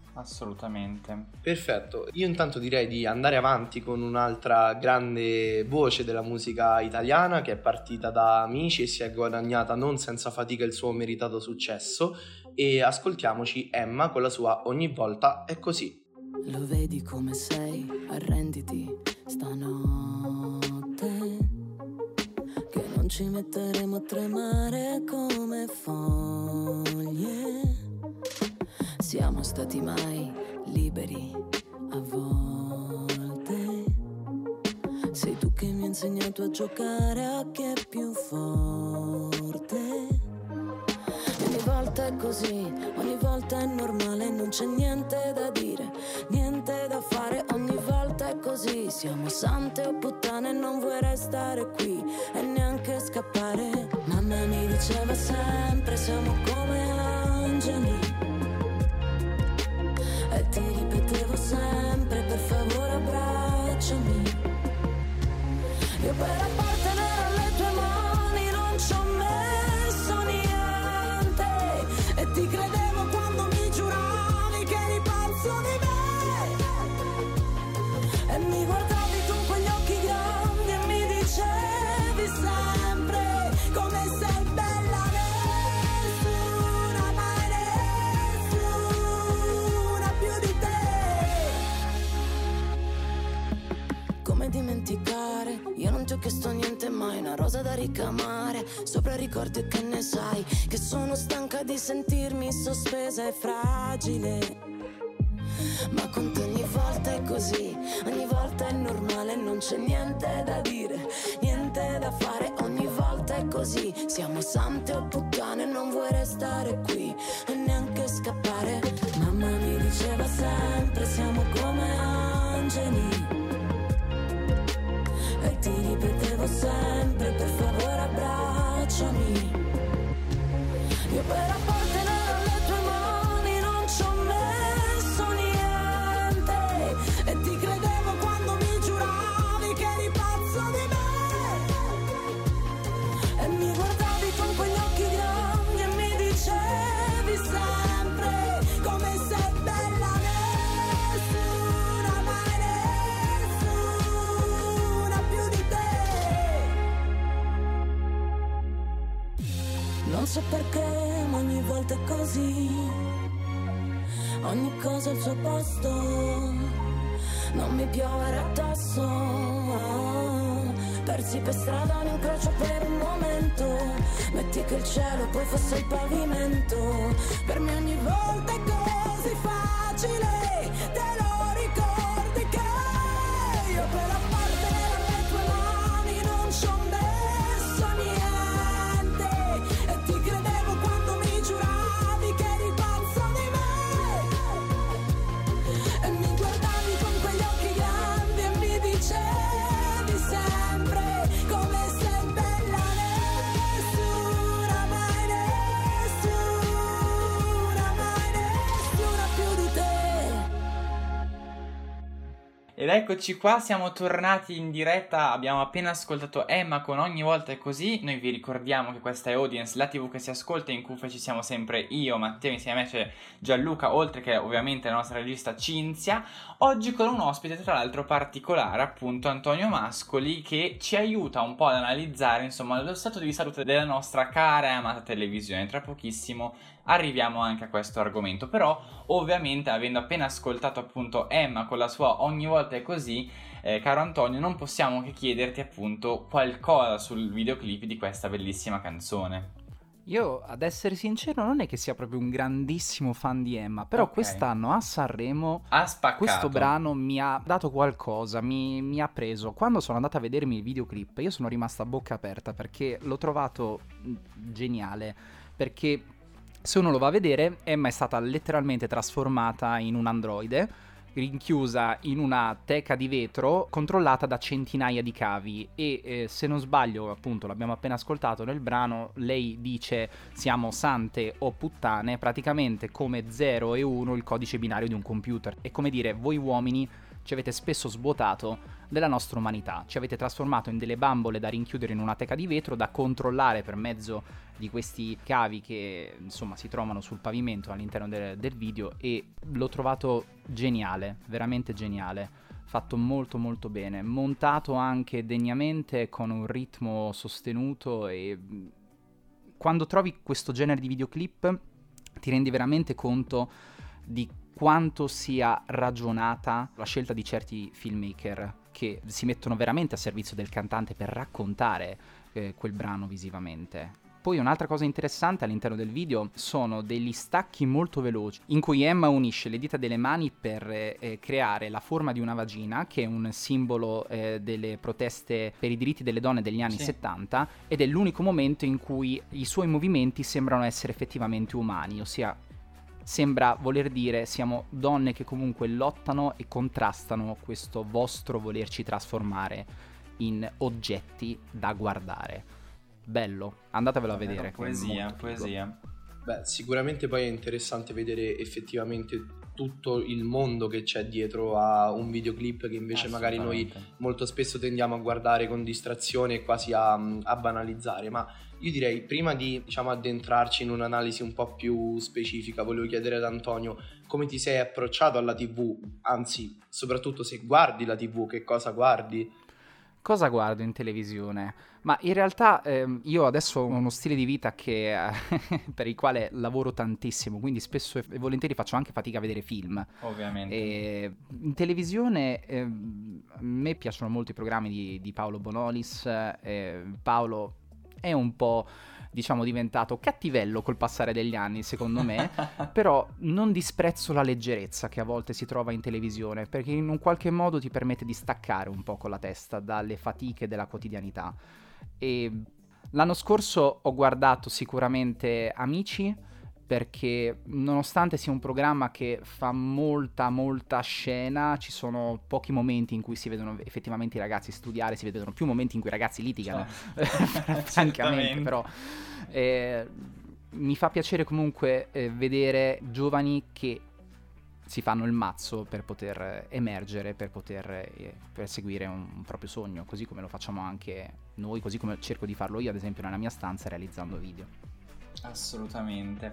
Assolutamente. Perfetto, io intanto direi di andare avanti con un'altra grande voce della musica italiana che è partita da Amici e si è guadagnata non senza fatica il suo meritato successo, e ascoltiamoci Emma con la sua Ogni volta è così. Lo vedi come sei, arrenditi stanotte, che non ci metteremo a tremare come foglie. Siamo stati mai liberi a volte. Sei tu che mi hai insegnato a giocare a chi è più forte. Ogni volta è così, ogni volta è normale, non c'è niente da dire, niente da fare, ogni volta è così. Siamo sante o puttane, non vuoi restare qui e neanche scappare. Mamma mi diceva sempre, siamo come angeli, e ti ripetevo sempre, per favore abbracciami. Io per appartenere alle tue mani non ci ho messo niente, e ti credevo quando mi giuravi che eri pazzo di me, e mi guardavi con quegli occhi grandi e mi dicevi sempre come sei bella, nessuna, mai nessuna più di te. Come dimenticare, io non ti ho chiesto niente mai, una rosa da ricamare, sopra ricordi che ne sai, che sono stanca di sentirmi sospesa e fragile. Ma con te ogni volta è così, ogni volta è normale, non c'è niente da dire, niente da fare, ogni volta è così. Siamo sante o puttane, non vuoi restare qui e neanche scappare. Mamma mi diceva sempre, siamo come angeli, e ti ripetevo sempre, per favore abbracciami. Io per appartenere alle tue mani non ci ho messo niente, e ti credevo quando mi giuravi che eri pazzo di me, e mi guardavi con quegli occhi grandi e mi dicevi sempre come sei bella, nessuna, mai nessuna più di te. Non so perché, ma ogni volta è così, ogni cosa al suo posto, non mi piovere addosso, ah, persi per strada un incrocio per un momento, metti che il cielo poi fosse il pavimento, per me ogni volta è così facile, te lo ricordi che io per appartenere alle tue mani non ci ho messo niente, e ti credevo quando mi giuravi che eri pazzo di me, e mi guardavi con quegli occhi grandi e mi dicevi sempre come sei bella, nessuna, mai nessuna, mai nessuna più di te. Ed eccoci qua, siamo tornati in diretta, abbiamo appena ascoltato Emma con Ogni volta è così. Noi vi ricordiamo che questa è Audience, la tivù che si ascolta, in cuffia ci siamo sempre io, Matteo, insieme a me c'è Gianluca, oltre che ovviamente la nostra regista Cinzia. Oggi con un ospite tra l'altro particolare, appunto Antonio Mascoli, che ci aiuta un po' ad analizzare insomma lo stato di salute della nostra cara e amata televisione. Tra pochissimo arriviamo anche a questo argomento, però ovviamente avendo appena ascoltato appunto Emma con la sua Ogni volta è così, eh, caro Antonio, non possiamo che chiederti appunto qualcosa sul videoclip di questa bellissima canzone. Io, ad essere sincero, non è che sia proprio un grandissimo fan di Emma, però Ok. quest'anno a Sanremo Ha spaccato. questo brano mi ha dato qualcosa, mi, mi ha preso. Quando sono andata a vedermi il videoclip io sono rimasta a bocca aperta perché l'ho trovato mh, geniale, perché se uno lo va a vedere, Emma è stata letteralmente trasformata in un androide, rinchiusa in una teca di vetro controllata da centinaia di cavi e eh, se non sbaglio, appunto, l'abbiamo appena ascoltato nel brano, lei dice siamo sante o puttane, praticamente come zero e uno il codice binario di un computer. È come dire, voi uomini ci avete spesso svuotato, della nostra umanità. Ci avete trasformato in delle bambole da rinchiudere in una teca di vetro, da controllare per mezzo di questi cavi che insomma si trovano sul pavimento all'interno del, del video, e l'ho trovato geniale, veramente geniale, fatto molto molto bene, montato anche degnamente con un ritmo sostenuto, e quando trovi questo genere di videoclip ti rendi veramente conto di quanto sia ragionata la scelta di certi filmmaker che si mettono veramente a servizio del cantante per raccontare eh, quel brano visivamente. Poi un'altra cosa interessante all'interno del video sono degli stacchi molto veloci in cui Emma unisce le dita delle mani per eh, creare la forma di una vagina, che è un simbolo eh, delle proteste per i diritti delle donne degli anni Sì. settanta, ed è l'unico momento in cui i suoi movimenti sembrano essere effettivamente umani, ossia sembra voler dire siamo donne che comunque lottano e contrastano questo vostro volerci trasformare in oggetti da guardare. Bello, andatevelo a Davvero, vedere. che è poesia, molto figo. poesia. Beh, sicuramente poi è interessante vedere effettivamente tutto il mondo che c'è dietro a un videoclip che invece magari noi Assolutamente. molto spesso tendiamo a guardare con distrazione e quasi a, a banalizzare. Ma io direi, prima di diciamo addentrarci in un'analisi un po' più specifica, volevo chiedere ad Antonio come ti sei approcciato alla tivù, anzi soprattutto se guardi la tivù, che cosa guardi? Cosa guardo in televisione? Ma in realtà ehm, io adesso ho uno stile di vita che, eh, per il quale lavoro tantissimo, quindi spesso e volentieri faccio anche fatica a vedere film. Ovviamente. E in televisione ehm, a me piacciono molto i programmi di, di Paolo Bonolis. eh, Paolo è un po', diciamo, diventato cattivello col passare degli anni, secondo me, però non disprezzo la leggerezza che a volte si trova in televisione, perché in un qualche modo ti permette di staccare un po' con la testa dalle fatiche della quotidianità. E l'anno scorso ho guardato sicuramente Amici, perché nonostante sia un programma che fa molta molta scena, ci sono pochi momenti in cui si vedono effettivamente i ragazzi studiare, si vedono più momenti in cui i ragazzi litigano, francamente, Certamente. però eh, mi fa piacere comunque eh, vedere giovani che si fanno il mazzo per poter eh, emergere, per poter eh, perseguire un, un proprio sogno, così come lo facciamo anche noi, così come cerco di farlo io ad esempio nella mia stanza realizzando video. Assolutamente.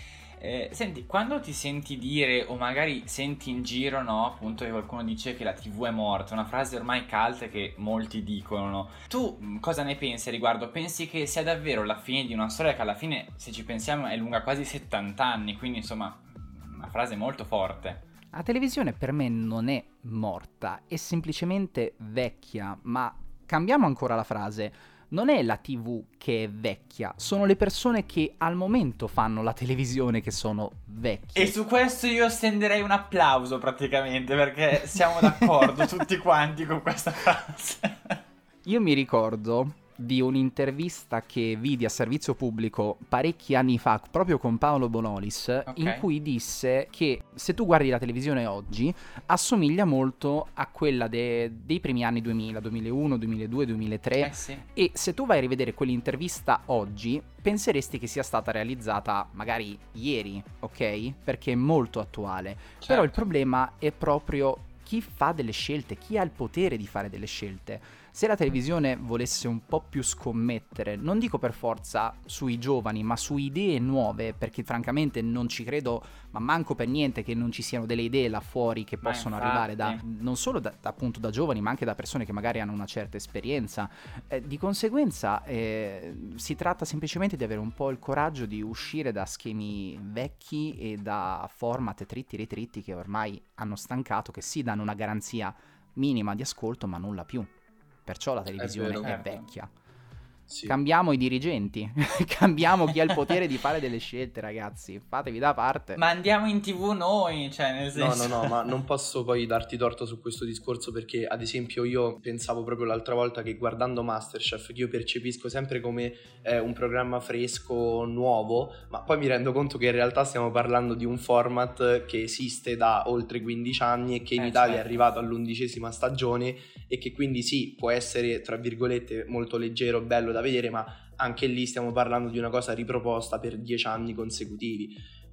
Eh, senti, quando ti senti dire, o magari senti in giro, no, appunto che qualcuno dice che la tivù è morta, una frase ormai cult che molti dicono, no? Tu mh, cosa ne pensi a riguardo? Pensi che sia davvero la fine di una storia che alla fine, se ci pensiamo, è lunga quasi settanta anni, quindi insomma una frase molto forte. La televisione per me non è morta, è semplicemente vecchia, ma cambiamo ancora la frase. Non è la tivù che è vecchia, sono le persone che al momento fanno la televisione che sono vecchie. E su questo io stenderei un applauso praticamente, perché siamo d'accordo tutti quanti con questa frase. Io mi ricordo di un'intervista che vidi a servizio pubblico parecchi anni fa proprio con Paolo Bonolis, Ok. in cui disse che se tu guardi la televisione oggi assomiglia molto a quella de- dei primi anni duemila, duemilauno, duemiladue, duemilatré, Eh sì. e se tu vai a rivedere quell'intervista oggi penseresti che sia stata realizzata magari ieri, ok? Perché è molto attuale. Però il Certo. problema è proprio chi fa delle scelte, chi ha il potere di fare delle scelte. Se la televisione volesse un po' più scommettere, non dico per forza sui giovani, ma su idee nuove, perché francamente non ci credo, ma manco per niente che non ci siano delle idee là fuori che Ma possono infatti. arrivare da, non solo da, appunto da giovani, ma anche da persone che magari hanno una certa esperienza. Eh, di conseguenza eh, si tratta semplicemente di avere un po' il coraggio di uscire da schemi vecchi e da format tritti e ritritti che ormai hanno stancato, che sì danno una garanzia minima di ascolto, ma nulla più. Perciò la televisione vero. è, Certo. vecchia. Sì. Cambiamo i dirigenti, cambiamo chi ha il potere di fare delle scelte, ragazzi. Fatevi da parte. Ma andiamo in tivù noi, cioè nel No, senso... no, no, ma non posso poi darti torto su questo discorso, perché ad esempio io pensavo proprio l'altra volta che guardando MasterChef, che io percepisco sempre come eh, un programma fresco, nuovo, ma poi mi rendo conto che in realtà stiamo parlando di un format che esiste da oltre quindici anni e che in Eh, Italia certo. è arrivato all'undicesima stagione e che quindi sì, può essere tra virgolette molto leggero, bello da vedere, ma anche lì stiamo parlando di una cosa riproposta per dieci anni consecutivi.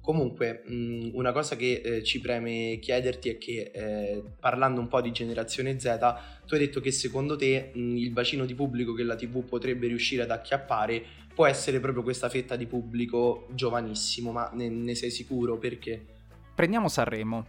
Comunque, mh, una cosa che eh, ci preme chiederti è che eh, parlando un po' di generazione Z, tu hai detto che secondo te mh, il bacino di pubblico che la tivù potrebbe riuscire ad acchiappare può essere proprio questa fetta di pubblico giovanissimo, ma ne, ne sei sicuro? Perché? Prendiamo Sanremo.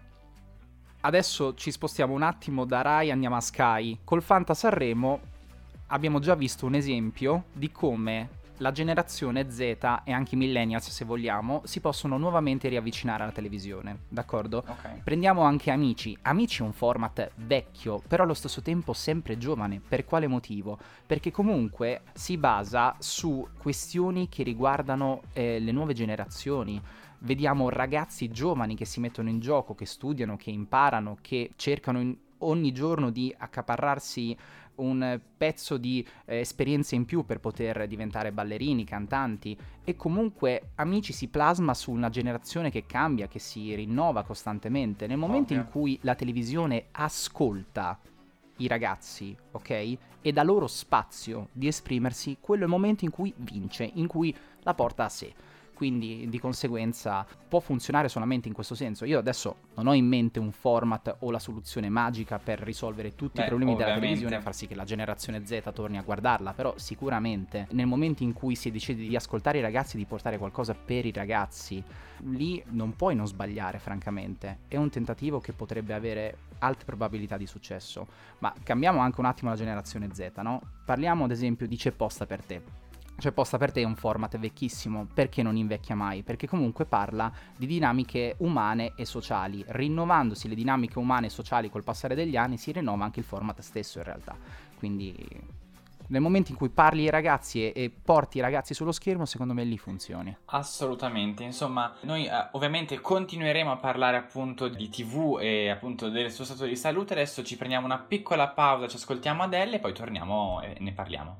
Adesso ci spostiamo un attimo da Rai, andiamo a Sky. Col Fanta Sanremo abbiamo già visto un esempio di come la generazione Z e anche i millennials, se vogliamo, si possono nuovamente riavvicinare alla televisione, d'accordo? Ok. Prendiamo anche Amici. Amici è un format vecchio, però allo stesso tempo sempre giovane. Per quale motivo? Perché comunque si basa su questioni che riguardano eh, le nuove generazioni. Vediamo ragazzi giovani che si mettono in gioco, che studiano, che imparano, che cercano in- ogni giorno di accaparrarsi un pezzo di eh, esperienze in più per poter diventare ballerini, cantanti, e comunque Amici si plasma su una generazione che cambia, che si rinnova costantemente. Nel momento Ovvio. in cui la televisione ascolta i ragazzi, ok? E dà loro spazio di esprimersi, quello è il momento in cui vince, in cui la porta a sé. Quindi di conseguenza può funzionare solamente in questo senso. Io adesso non ho in mente un format o la soluzione magica per risolvere tutti Beh, i problemi della ovviamente. televisione e far sì che la generazione Z torni a guardarla, però sicuramente nel momento in cui si decide di ascoltare i ragazzi, di portare qualcosa per i ragazzi, lì non puoi non sbagliare, francamente. È un tentativo che potrebbe avere alte probabilità di successo. Ma cambiamo anche un attimo la generazione Z, no? Parliamo ad esempio di C'è posta per te. C'è posta per te è un format vecchissimo, perché non invecchia mai? Perché comunque parla di dinamiche umane e sociali. Rinnovandosi le dinamiche umane e sociali col passare degli anni, si rinnova anche il format stesso in realtà. Quindi nel momento in cui parli ai ragazzi e, e porti i ragazzi sullo schermo, secondo me lì funzioni. Assolutamente, insomma, noi eh, ovviamente continueremo a parlare appunto di tivù e appunto del suo stato di salute. Adesso ci prendiamo una piccola pausa, ci ascoltiamo Adele e poi torniamo e ne parliamo.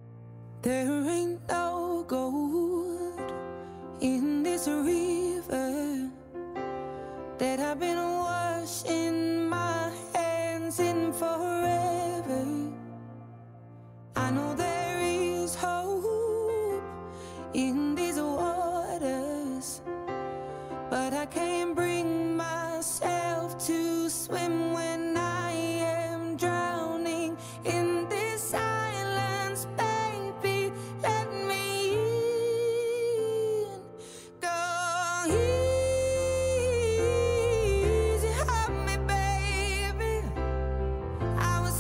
There ain't no gold in this river that I've been washing my hands in forever. I know there is hope in these waters, but I can't bring myself to swim when I am drowning in this silence. Baby, let me in. Go easy on me, baby. I was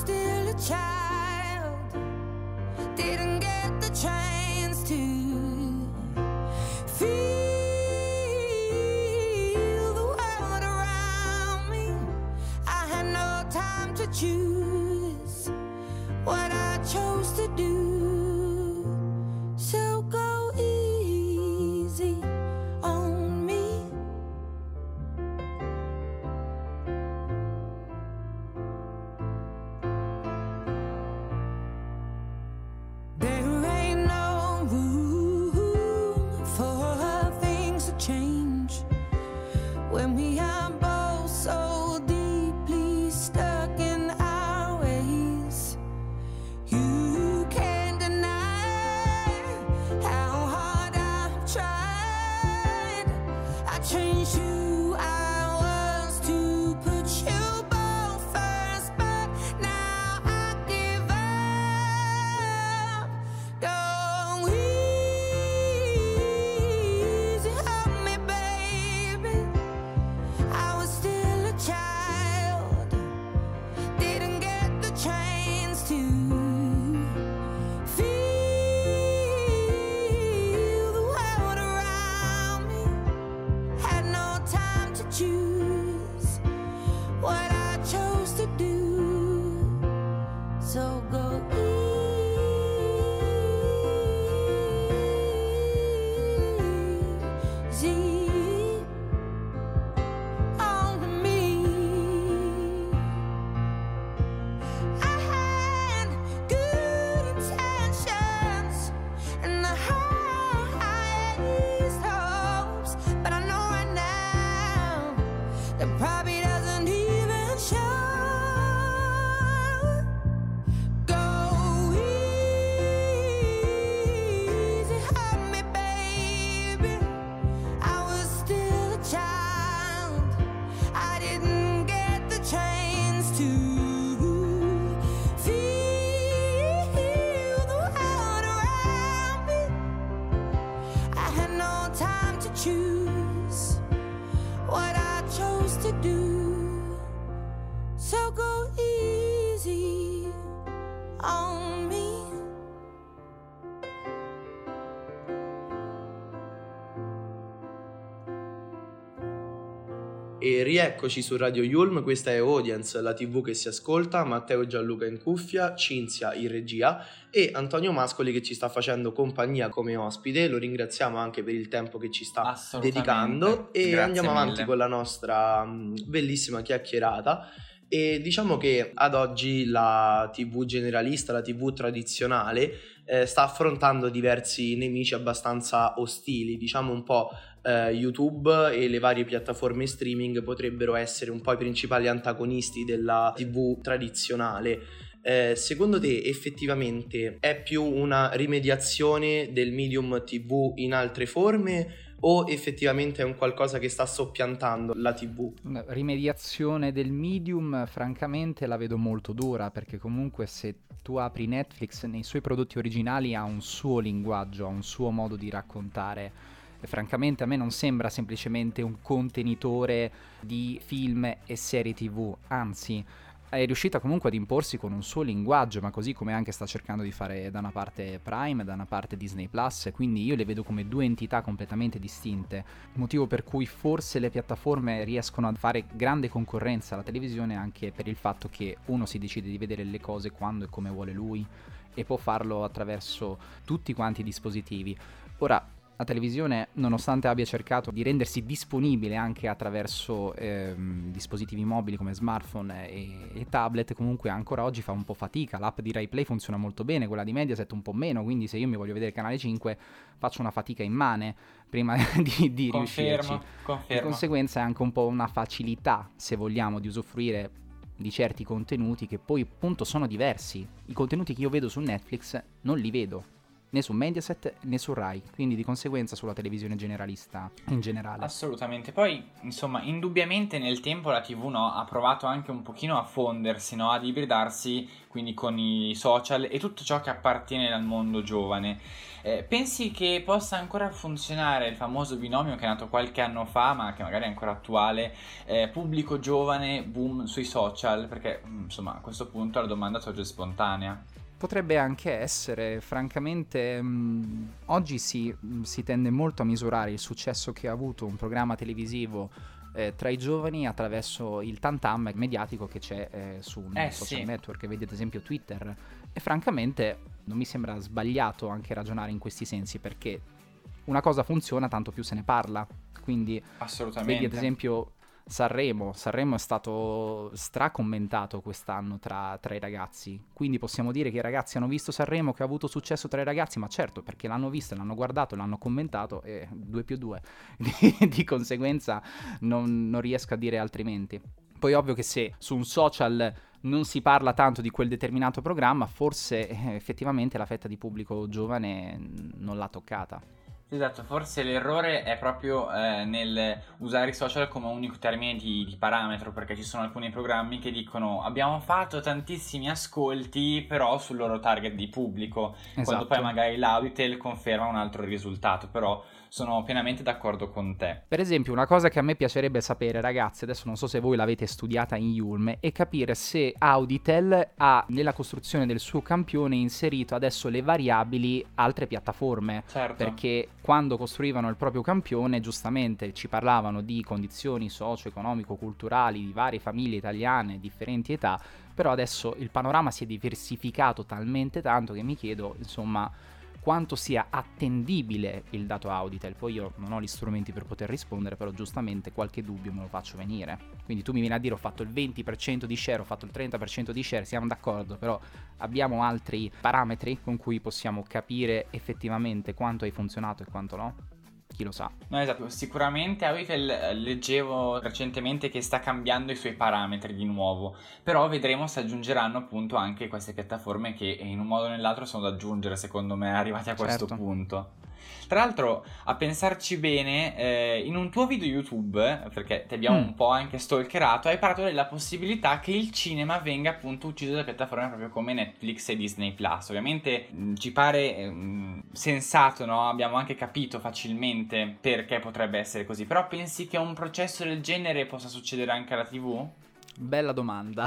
E rieccoci su Radio Yulm, questa è Audience, la tivù che si ascolta, Matteo Gianluca in cuffia, Cinzia in regia e Antonio Mascoli che ci sta facendo compagnia come ospite, lo ringraziamo anche per il tempo che ci sta dedicando e Grazie andiamo mille. avanti con la nostra mh, bellissima chiacchierata. E diciamo che ad oggi la tivù generalista, la tivù tradizionale eh, sta affrontando diversi nemici abbastanza ostili, diciamo un po' eh, YouTube e le varie piattaforme streaming potrebbero essere un po' i principali antagonisti della tivù tradizionale. Eh, secondo te effettivamente è più una rimediazione del medium tivù in altre forme o effettivamente è un qualcosa che sta soppiantando la tivù? Rimediazione del medium francamente la vedo molto dura, perché comunque se tu apri Netflix nei suoi prodotti originali ha un suo linguaggio, ha un suo modo di raccontare e francamente a me non sembra semplicemente un contenitore di film e serie tivù, anzi è riuscita comunque ad imporsi con un suo linguaggio, ma così come anche sta cercando di fare da una parte Prime, da una parte Disney Plus, quindi io le vedo come due entità completamente distinte, motivo per cui forse le piattaforme riescono a fare grande concorrenza alla televisione anche per il fatto che uno si decide di vedere le cose quando e come vuole lui e può farlo attraverso tutti quanti i dispositivi. Ora, la televisione, nonostante abbia cercato di rendersi disponibile anche attraverso ehm, dispositivi mobili come smartphone e, e tablet, comunque ancora oggi fa un po' fatica. L'app di RaiPlay funziona molto bene, quella di Mediaset un po' meno, quindi se io mi voglio vedere Canale cinque faccio una fatica immane prima di, di Confermo, riuscirci. confermo. Di conseguenza è anche un po' una facilità, se vogliamo, di usufruire di certi contenuti che poi appunto sono diversi. I contenuti che io vedo su Netflix non li vedo né su Mediaset né su Rai, quindi di conseguenza sulla televisione generalista in generale. Assolutamente. Poi, insomma, indubbiamente nel tempo la tivù, no, ha provato anche un pochino a fondersi, no, ad ibridarsi quindi con i social e tutto ciò che appartiene al mondo giovane. Eh, pensi che possa ancora funzionare il famoso binomio che è nato qualche anno fa, ma che magari è ancora attuale, eh, pubblico giovane, boom sui social? Perché, insomma, a questo punto la domanda sorge spontanea. Potrebbe anche essere, francamente, mh, oggi si, mh, si tende molto a misurare il successo che ha avuto un programma televisivo eh, tra i giovani attraverso il tantam mediatico che c'è eh, su un Eh, social sì. network, vedi ad esempio Twitter, e francamente non mi sembra sbagliato anche ragionare in questi sensi, perché una cosa funziona tanto più se ne parla, quindi Assolutamente. vedi ad esempio Sanremo, Sanremo è stato stracommentato quest'anno tra, tra i ragazzi, quindi possiamo dire che i ragazzi hanno visto Sanremo, che ha avuto successo tra i ragazzi, ma certo perché l'hanno visto, l'hanno guardato, l'hanno commentato e due più due, di, di conseguenza non, non riesco a dire altrimenti. Poi ovvio che se su un social non si parla tanto di quel determinato programma, forse eh, effettivamente la fetta di pubblico giovane non l'ha toccata. Esatto, forse l'errore è proprio eh, nel usare i social come unico termine di, di parametro, perché ci sono alcuni programmi che dicono abbiamo fatto tantissimi ascolti però sul loro target di pubblico, Esatto. quando poi magari l'Auditel conferma un altro risultato, però sono pienamente d'accordo con te. Per esempio, una cosa che a me piacerebbe sapere, ragazzi, adesso non so se voi l'avete studiata in Yulm, è capire se Auditel ha nella costruzione del suo campione inserito adesso le variabili altre piattaforme. Certo. Perché quando costruivano il proprio campione, giustamente ci parlavano di condizioni socio-economico-culturali di varie famiglie italiane, differenti età, però adesso il panorama si è diversificato talmente tanto che mi chiedo, insomma, quanto sia attendibile il dato Auditel. Poi io non ho gli strumenti per poter rispondere, però giustamente qualche dubbio me lo faccio venire. Quindi tu mi vieni a dire ho fatto il venti per cento di share, ho fatto il trenta per cento di share, siamo d'accordo, però abbiamo altri parametri con cui possiamo capire effettivamente quanto hai funzionato e quanto no? Chi lo sa. No, esatto, sicuramente Auditel eh, leggevo recentemente che sta cambiando i suoi parametri di nuovo, però vedremo se aggiungeranno appunto anche queste piattaforme che in un modo o nell'altro sono da aggiungere, secondo me, arrivati a questo Certo. punto. Tra l'altro, a pensarci bene, eh, in un tuo video YouTube, perché ti abbiamo Mm. un po' anche stalkerato, hai parlato della possibilità che il cinema venga appunto ucciso da piattaforme proprio come Netflix e Disney Plus. Ovviamente mh, ci pare mh, sensato, no? Abbiamo anche capito facilmente perché potrebbe essere così, però pensi che un processo del genere possa succedere anche alla tivù? Bella domanda.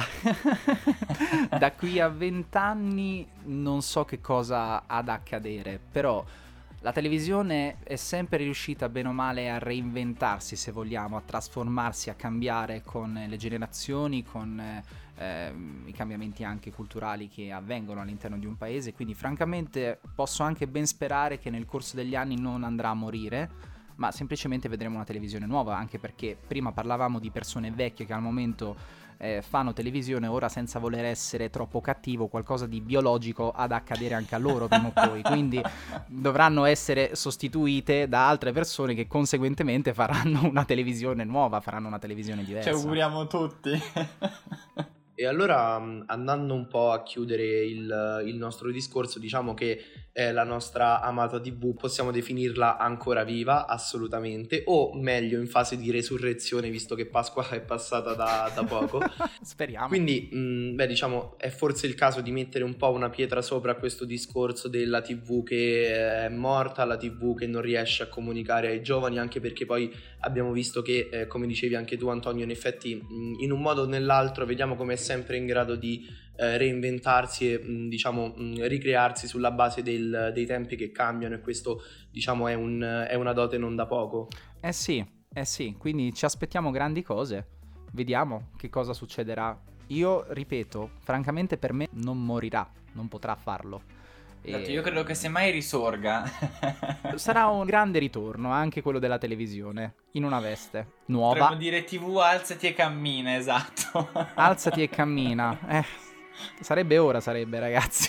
Da qui a vent'anni non so che cosa ha da accadere, però La televisione è sempre riuscita bene o male a reinventarsi, se vogliamo, a trasformarsi, a cambiare con le generazioni, con eh, ehm, i cambiamenti anche culturali che avvengono all'interno di un paese, quindi francamente posso anche ben sperare che nel corso degli anni non andrà a morire, ma semplicemente vedremo una televisione nuova, anche perché prima parlavamo di persone vecchie che al momento eh, fanno televisione, ora senza voler essere troppo cattivo, qualcosa di biologico ha da accadere anche a loro prima o poi, quindi dovranno essere sostituite da altre persone che conseguentemente faranno una televisione nuova, faranno una televisione diversa. Ci auguriamo tutti. E allora, andando un po' a chiudere il, il nostro discorso, diciamo che eh, la nostra amata tivù possiamo definirla ancora viva, assolutamente, o meglio in fase di resurrezione, visto che Pasqua è passata da, da poco. Speriamo. Quindi, mh, beh, diciamo, è forse il caso di mettere un po' una pietra sopra questo discorso della tivù che è morta, la tivù che non riesce a comunicare ai giovani, anche perché poi abbiamo visto che, eh, come dicevi anche tu Antonio, in effetti mh, in un modo o nell'altro vediamo come è sempre in grado di eh, reinventarsi e mh, diciamo mh, ricrearsi sulla base del, dei tempi che cambiano, e questo diciamo è, un, è una dote non da poco. Eh sì, eh sì, quindi ci aspettiamo grandi cose, vediamo che cosa succederà. Io ripeto, francamente per me non morirà, non potrà farlo. Esatto, io credo che se mai risorga sarà un grande ritorno, anche quello della televisione, in una veste nuova. Potremmo dire tivù alzati e cammina, esatto. Alzati e cammina. Eh, sarebbe ora, sarebbe, ragazzi.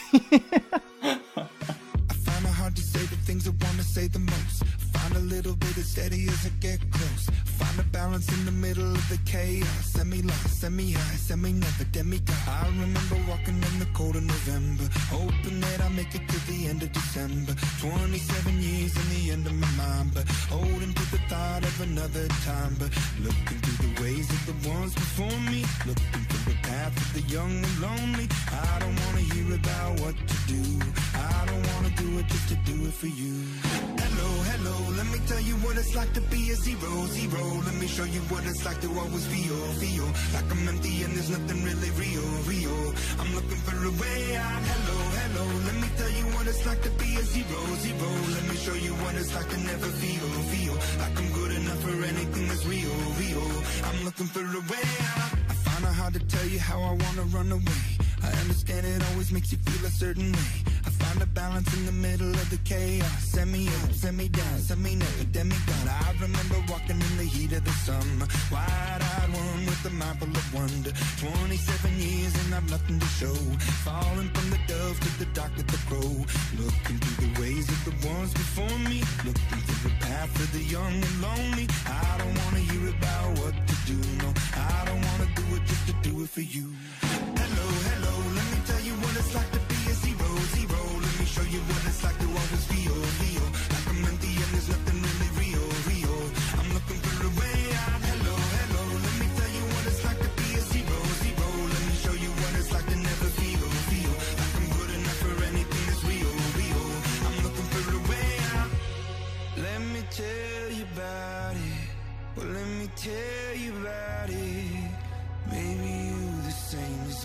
Find a little bit of steady as I get close. Find a balance in the middle of the chaos. Semi-lost, semi-high, semi-never, demigod. I remember walking in the cold of November, hoping that I make it to the end of December. Twenty-seven years in the end of my mind, but holding to the thought of another time. But looking through the ways of the ones before me, looking through the path of the young and lonely. I don't wanna hear about what to do. I don't wanna do it just to do it for you. Hello, hello, let me tell you what it's like to be a zero, zero. Let me show you what it's like to always feel, feel like I'm empty and there's nothing really real, real. I'm looking for a way out. Hello, hello, let me tell you what it's like to be a zero, zero. Let me show you what it's like to never feel, feel like I'm good enough for anything that's real, real. I'm looking for a way out. I find it hard to tell you how I wanna run away. I understand it always makes you feel a certain way. I find a balance in the middle of the chaos. Send me up, send me down, send me never, demigod. I remember walking in the heat of the summer, wide-eyed one with a mind full of wonder. Twenty-seven years and I've nothing to show. Falling from the dove to the dark of the crow. Looking through the ways of the ones before me, looking through the path of the young and lonely. I don't wanna hear about what to do, no. I don't wanna do it just to do it for you. Hello, hello, let me tell you what it's like to be a zero, zero. Let me show you what it's like to always feel, feel like I'm empty and there's nothing really real, real. I'm looking for a way out. Hello, hello, let me tell you what it's like to be a zero, zero. Let me show you what it's like to never feel, feel like I'm good enough for anything that's real, real. I'm looking for a way out. Let me tell you about it. Well, let me tell you about it. Maybe you the same as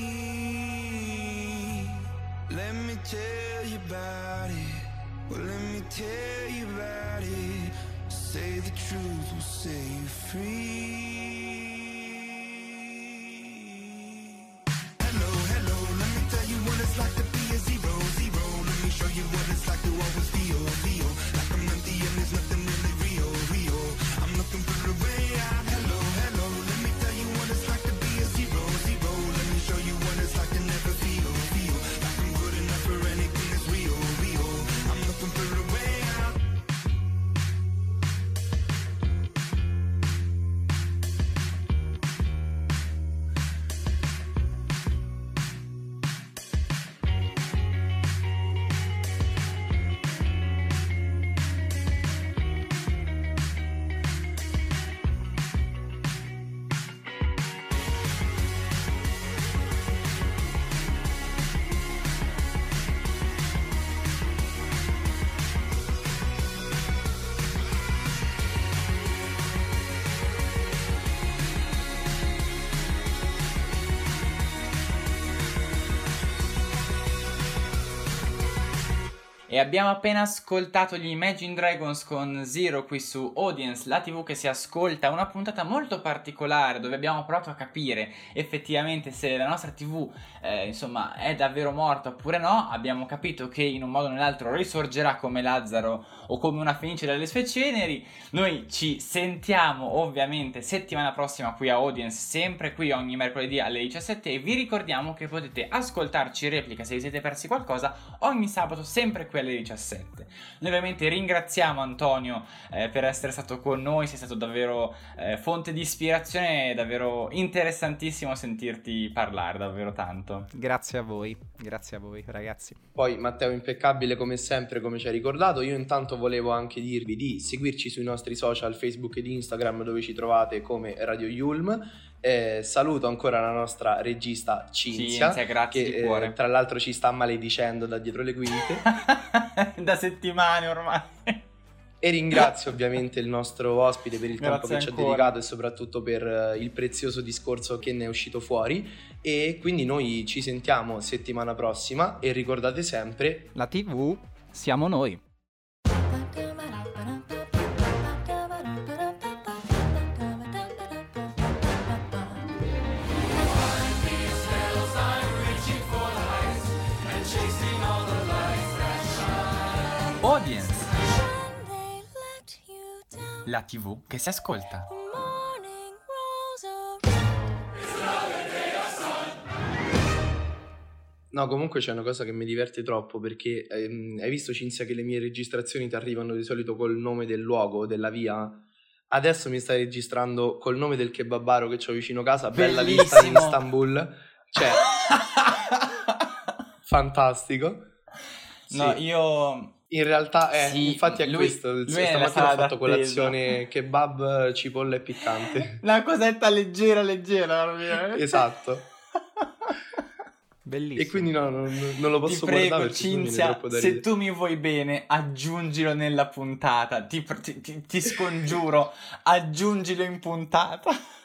me. Let me tell you about it. Well, let me tell you about it. Say the truth will set you free. Hello, hello, let me tell you what it's like to be a zero, zero. Let me show you what it's like to always feel, feel like I'm empty and there's nothing really real, real. I'm looking for a way out. Hello, hello, let me tell you what it's like to be a zero, zero. Let me show you what it's like to never feel, feel like I'm good enough for anything that's real, real. I'm looking for a way out. E abbiamo appena ascoltato gli Imagine Dragons con Zero qui su Audience, la tivù che si ascolta, una puntata molto particolare dove abbiamo provato a capire effettivamente se la nostra tivù eh, insomma è davvero morta oppure no. Abbiamo capito che in un modo o nell'altro risorgerà come Lazzaro o come una fenice dalle sue ceneri. Noi ci sentiamo ovviamente settimana prossima qui a Audience, sempre qui ogni mercoledì alle diciassette, e vi ricordiamo che potete ascoltarci replica se vi siete persi qualcosa ogni sabato sempre qui alle diciassette. Noi ovviamente ringraziamo Antonio eh, per essere stato con noi, sei stato davvero eh, fonte di ispirazione, è davvero interessantissimo sentirti parlare, davvero tanto. Grazie a voi, grazie a voi ragazzi. Poi Matteo impeccabile come sempre, come ci hai ricordato. Io intanto volevo anche dirvi di seguirci sui nostri social Facebook ed Instagram, dove ci trovate come Radio Yulm. Eh, saluto ancora la nostra regista Cinzia, Cinzia, grazie che di cuore. eh, tra l'altro ci sta maledicendo da dietro le quinte Da settimane ormai. e ringrazio ovviamente il nostro ospite per il Grazie tempo che ci ha ancora. dedicato e soprattutto per eh, il prezioso discorso che ne è uscito fuori. E quindi noi ci sentiamo settimana prossima e ricordate sempre: La tivù siamo noi. Audience, la tivù che si ascolta. No, comunque c'è una cosa che mi diverte troppo, perché ehm, hai visto, Cinzia, che le mie registrazioni ti arrivano di solito col nome del luogo, della via? Adesso mi stai registrando col nome del kebabaro che c'ho vicino casa, Bella Vista in Bellissimo. Istanbul. Cioè, fantastico. No, Sì. io... In realtà è, Sì, infatti è lui- questo. lui è Stamattina nella ho sala fatto d'attesa. colazione kebab, cipolla e piccante. Una cosetta leggera, leggera. proprio. Esatto. Bellissimo. E quindi no, non, non lo posso Ti prego, guardare perché mi viene Cinzia, troppo da se ridere. tu mi vuoi bene, aggiungilo nella puntata. Ti, ti- ti- ti scongiuro, aggiungilo in puntata.